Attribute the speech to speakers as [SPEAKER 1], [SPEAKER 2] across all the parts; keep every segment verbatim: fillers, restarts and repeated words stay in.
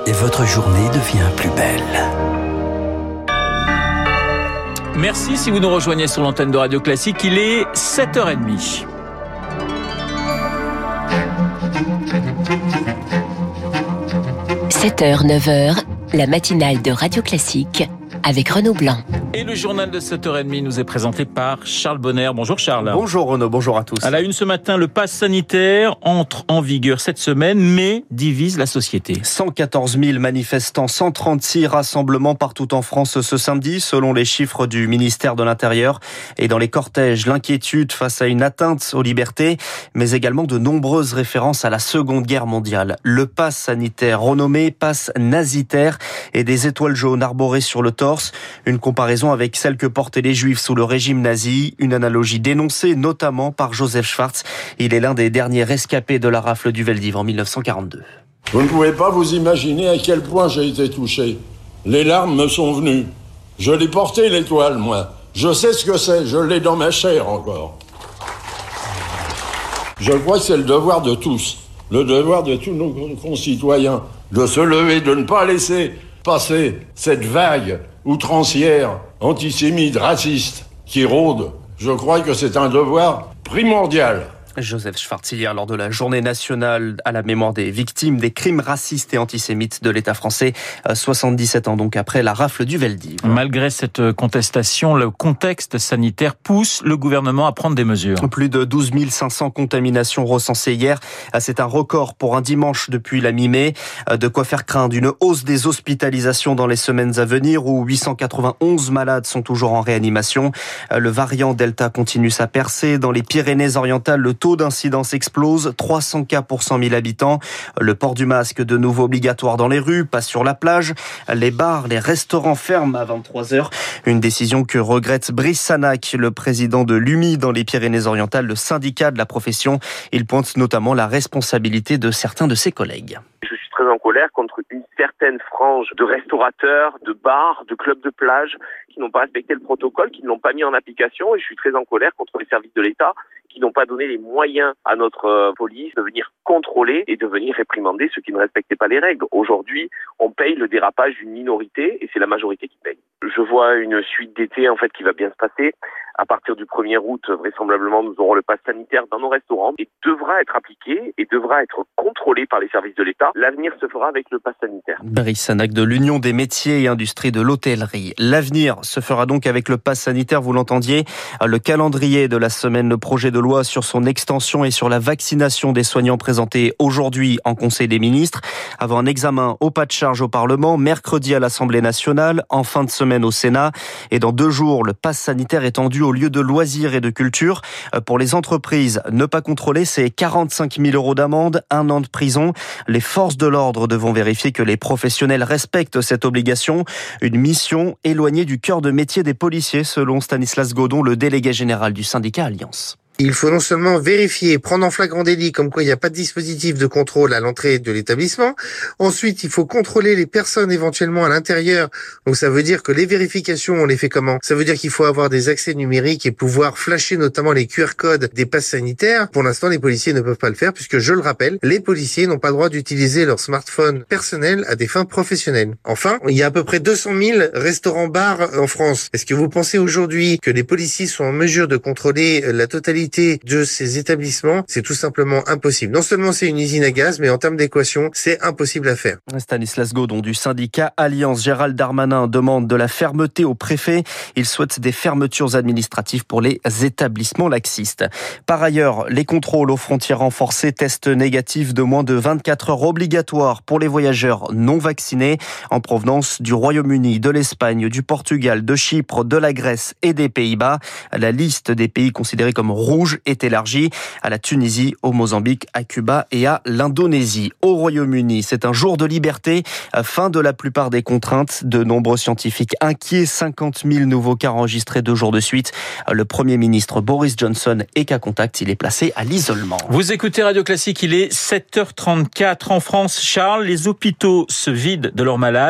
[SPEAKER 1] et votre journée devient plus belle.
[SPEAKER 2] Merci si vous nous rejoignez sur l'antenne de Radio Classique. Il est sept heures trente.
[SPEAKER 3] sept heures, neuf heures, la matinale de Radio Classique avec Renaud Blanc.
[SPEAKER 2] Et le journal de sept heures trente nous est présenté par Charles Bonner. Bonjour Charles.
[SPEAKER 4] Bonjour Renaud, bonjour à tous.
[SPEAKER 2] À la une ce matin, le pass sanitaire entre en vigueur cette semaine, mais divise la société.
[SPEAKER 4] cent quatorze mille manifestants, cent trente-six rassemblements partout en France ce samedi, selon les chiffres du ministère de l'Intérieur. Et dans les cortèges, l'inquiétude face à une atteinte aux libertés, mais également de nombreuses références à la Seconde Guerre mondiale. Le pass sanitaire, renommé pass nazitaire, et des étoiles jaunes arborées sur le torse. Une comparaison avec celle que portaient les Juifs sous le régime nazi, une analogie dénoncée notamment par Joseph Schwartz. Il est l'un des derniers rescapés de la rafle du Veldiv en mille neuf cent quarante-deux.
[SPEAKER 5] Vous ne pouvez pas vous imaginer à quel point j'ai été touché. Les larmes me sont venues. Je l'ai porté l'étoile, moi. Je sais ce que c'est, je l'ai dans ma chair encore. Je crois que c'est le devoir de tous, le devoir de tous nos concitoyens, de se lever, de ne pas laisser passer cette vague outrancière, antisémite, raciste, qui rôde. Je crois que c'est un devoir primordial.
[SPEAKER 4] Joseph Schwartz hier lors de la journée nationale à la mémoire des victimes des crimes racistes et antisémites de l'État français, soixante-dix-sept ans donc après la rafle du Veldiv.
[SPEAKER 2] Malgré cette contestation, le contexte sanitaire pousse le gouvernement à prendre des mesures.
[SPEAKER 4] Plus de douze mille cinq cents contaminations recensées hier. C'est un record pour un dimanche depuis la mi-mai. De quoi faire craindre une hausse des hospitalisations dans les semaines à venir où huit cent quatre-vingt-onze malades sont toujours en réanimation. Le variant Delta continue sa percée. Dans les Pyrénées-Orientales, le taux d'incidence explose, trois cents cas pour cent mille habitants. Le port du masque de nouveau obligatoire dans les rues, pas sur la plage. Les bars, les restaurants ferment à vingt-trois heures. Une décision que regrette Brice Sanac, le président de l'U M I dans les Pyrénées-Orientales, le syndicat de la profession. Il pointe notamment la responsabilité de certains de ses collègues.
[SPEAKER 6] Je suis très en colère contre une certaine frange de restaurateurs, de bars, de clubs de plage qui n'ont pas respecté le protocole, qui ne l'ont pas mis en application, et je suis très en colère contre les services de l'État qui n'ont pas donné les moyens à notre euh, police de venir contrôler et de venir réprimander ceux qui ne respectaient pas les règles. Aujourd'hui, on paye le dérapage d'une minorité et c'est la majorité qui paye. Je vois une suite d'été en fait qui va bien se passer. À partir du premier août, vraisemblablement, nous aurons le pass sanitaire dans nos restaurants et devra être appliqué et devra être contrôlé par les services de l'État. L'avenir se fera avec le pass sanitaire.
[SPEAKER 4] Brice Sanac de l'Union des métiers et industries de l'hôtellerie. L'avenir se fera donc avec le pass sanitaire, vous l'entendiez. Le calendrier de la semaine, le projet de loi sur son extension et sur la vaccination des soignants présenté aujourd'hui en Conseil des ministres, avant un examen au pas de charge au Parlement, mercredi à l'Assemblée nationale, en fin de semaine au Sénat. Et dans deux jours, le pass sanitaire étendu aux lieux de loisirs et de culture. Pour les entreprises, ne pas contrôler, c'est quarante-cinq mille euros d'amende, un an de prison. Les forces de l'ordre devront vérifier que les professionnels respectent cette obligation. Une mission éloignée du cœur de métier des policiers, selon Stanislas Godon, le délégué général du syndicat Alliance.
[SPEAKER 7] Il faut non seulement vérifier, prendre en flagrant délit comme quoi il n'y a pas de dispositif de contrôle à l'entrée de l'établissement. Ensuite, il faut contrôler les personnes éventuellement à l'intérieur. Donc ça veut dire que les vérifications, on les fait comment? Ça veut dire qu'il faut avoir des accès numériques et pouvoir flasher notamment les Q R codes des passes sanitaires. Pour l'instant, les policiers ne peuvent pas le faire puisque, je le rappelle, les policiers n'ont pas le droit d'utiliser leur smartphone personnel à des fins professionnelles. Enfin, il y a à peu près deux cent mille restaurants-bars en France. Est-ce que vous pensez aujourd'hui que les policiers sont en mesure de contrôler la totalité de ces établissements? C'est tout simplement impossible. Non seulement c'est une usine à gaz, mais en termes d'équation, c'est impossible à faire.
[SPEAKER 4] Stanislas Godon du syndicat Alliance. Gérald Darmanin demande de la fermeté au préfet. Il souhaite des fermetures administratives pour les établissements laxistes. Par ailleurs, les contrôles aux frontières renforcés, tests négatifs de moins de vingt-quatre heures obligatoires pour les voyageurs non vaccinés en provenance du Royaume-Uni, de l'Espagne, du Portugal, de Chypre, de la Grèce et des Pays-Bas. La liste des pays considérés comme rouges est élargie à la Tunisie, au Mozambique, à Cuba et à l'Indonésie. Au Royaume-Uni, c'est un jour de liberté, fin de la plupart des contraintes. De nombreux scientifiques inquiets, cinquante mille nouveaux cas enregistrés deux jours de suite. Le Premier ministre Boris Johnson est cas contact, il est placé à l'isolement.
[SPEAKER 2] Vous écoutez Radio Classique, il est sept heures trente-quatre en France. Charles, les hôpitaux se vident de leurs malades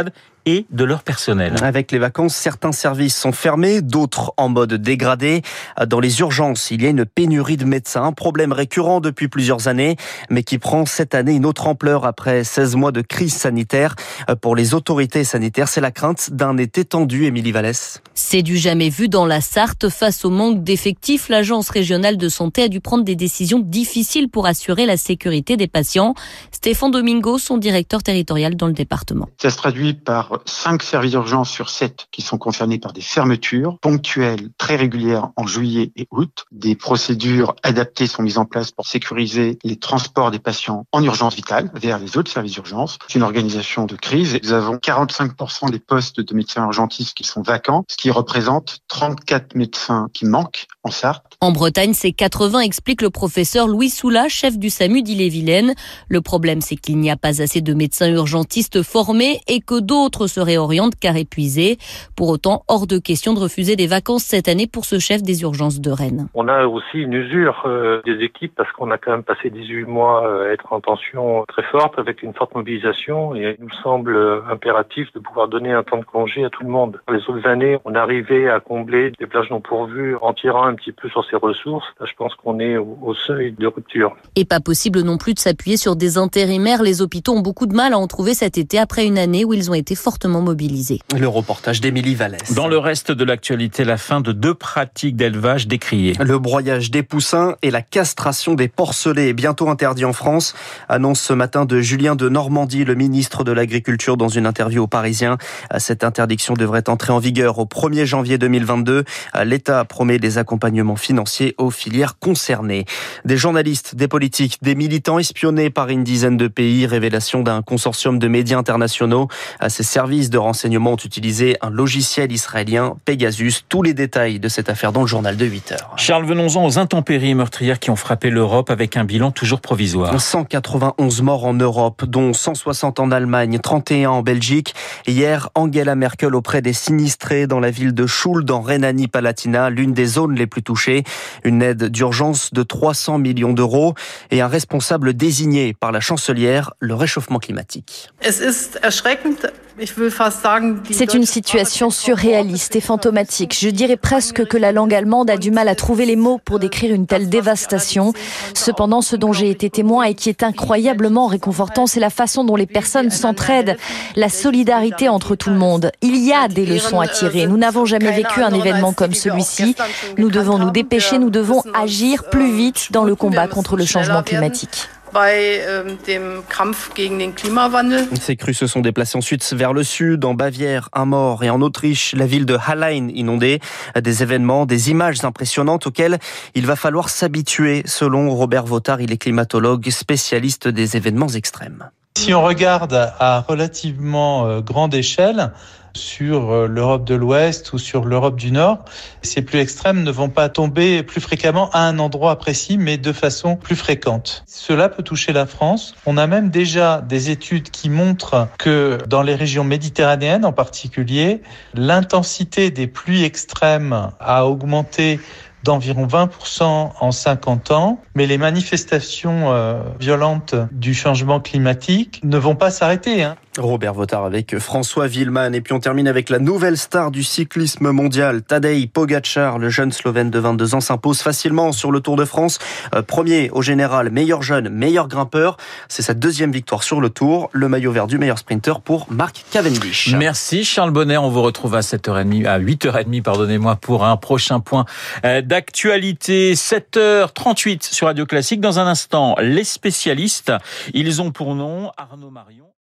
[SPEAKER 2] et de leur personnel.
[SPEAKER 4] Avec les vacances, certains services sont fermés, d'autres en mode dégradé. Dans les urgences, il y a une pénurie de médecins, un problème récurrent depuis plusieurs années, mais qui prend cette année une autre ampleur après seize mois de crise sanitaire. Pour les autorités sanitaires, c'est la crainte d'un été tendu, Émilie Vallès.
[SPEAKER 8] C'est du jamais vu dans la Sarthe. Face au manque d'effectifs, l'Agence régionale de santé a dû prendre des décisions difficiles pour assurer la sécurité des patients. Stéphane Domingo, son directeur territorial dans le département.
[SPEAKER 9] Ça se traduit par cinq services d'urgence sur sept qui sont concernés par des fermetures ponctuelles très régulières en juillet et août. Des procédures adaptées sont mises en place pour sécuriser les transports des patients en urgence vitale vers les autres services d'urgence. C'est une organisation de crise. Nous avons quarante-cinq pour cent des postes de médecins urgentistes qui sont vacants, ce qui représente trente-quatre médecins qui manquent en Sarthe.
[SPEAKER 8] En Bretagne, c'est quatre-vingts, explique le professeur Louis Soula, chef du SAMU d'Ille-et-Vilaine. Le problème, c'est qu'il n'y a pas assez de médecins urgentistes formés et que d'autres se réorientent car épuisés. Pour autant, hors de question de refuser des vacances cette année pour ce chef des urgences de Rennes.
[SPEAKER 10] On a aussi une usure euh, des équipes parce qu'on a quand même passé dix-huit mois à être en tension très forte avec une forte mobilisation et il nous semble impératif de pouvoir donner un temps de congé à tout le monde. Les autres années, on arrivait à combler des plages non pourvues en tirant un petit peu sur ses ressources. Là, je pense qu'on est au, au seuil de rupture.
[SPEAKER 8] Et pas possible non plus de s'appuyer sur des intérimaires. Les hôpitaux ont beaucoup de mal à en trouver cet été après une année où ils ont été fortement mobilisés.
[SPEAKER 4] Le reportage d'Émilie Vallès.
[SPEAKER 2] Dans le reste de l'actualité, la fin de deux pratiques d'élevage décriées.
[SPEAKER 4] Le broyage des poussins et la castration des porcelets est bientôt interdit en France. Annonce ce matin de Julien de Normandie, le ministre de l'Agriculture, dans une interview aux Parisiens. Cette interdiction devrait entrer en vigueur au premier janvier deux mille vingt-deux. L'État promet des accompagnements financiers aux filières concernées. Des journalistes, des politiques, des militants espionnés par une dizaine de pays. Révélation d'un consortium de médias internationaux. Ces services de renseignement ont utilisé un logiciel israélien, Pegasus. Tous les détails de cette affaire dans le journal de huit heures.
[SPEAKER 2] Charles, venons-en aux intempéries meurtrières qui ont frappé l'Europe avec un bilan toujours provisoire.
[SPEAKER 4] cent quatre-vingt-onze morts en Europe, dont cent soixante en Allemagne, trente et un en Belgique. Hier, Angela Merkel auprès des sinistrés dans la ville de Schuld, dans Rhénanie-Palatinat, l'une des zones les plus touchées. Une aide d'urgence de trois cents millions d'euros et un responsable désigné par la chancelière, le réchauffement climatique.
[SPEAKER 11] C'est une situation surréaliste et fantomatique. Je dirais presque que la langue allemande a du mal à trouver les mots pour décrire une telle dévastation. Cependant, ce dont j'ai été témoin et qui est incroyablement réconfortant, c'est la façon dont les personnes s'entraident, la solidarité entre tout le monde. Il y a des leçons à tirer. Nous n'avons jamais vécu un événement comme celui-ci. Nous devons nous dépêcher, nous devons agir plus vite dans le combat contre le changement climatique.
[SPEAKER 4] Ces crues se sont déplacées ensuite vers le sud, en Bavière, un mort, et en Autriche, la ville de Hallein inondée. Des événements, des images impressionnantes auxquelles il va falloir s'habituer, selon Robert Vautard. Il est climatologue, spécialiste des événements extrêmes.
[SPEAKER 12] Si on regarde à relativement grande échelle, sur l'Europe de l'Ouest ou sur l'Europe du Nord, ces pluies extrêmes ne vont pas tomber plus fréquemment à un endroit précis, mais de façon plus fréquente. Cela peut toucher la France. On a même déjà des études qui montrent que dans les régions méditerranéennes en particulier, l'intensité des pluies extrêmes a augmenté d'environ vingt pour cent en cinquante ans, mais les manifestations euh, violentes du changement climatique ne vont pas s'arrêter, hein.
[SPEAKER 4] Robert Vautard avec François Villeman. Et puis on termine avec la nouvelle star du cyclisme mondial. Tadej Pogačar, le jeune Slovène de vingt-deux ans, s'impose facilement sur le Tour de France. Euh, premier au général, meilleur jeune, meilleur grimpeur. C'est sa deuxième victoire sur le Tour. Le maillot vert du meilleur sprinter pour Mark Cavendish.
[SPEAKER 2] Merci Charles Bonnet. On vous retrouve à sept heures trente, à huit heures trente, pardonnez-moi, pour un prochain point d'actualité. sept heures trente-huit sur Radio Classique. Dans un instant, les spécialistes. Ils ont pour nom Arnaud Marion.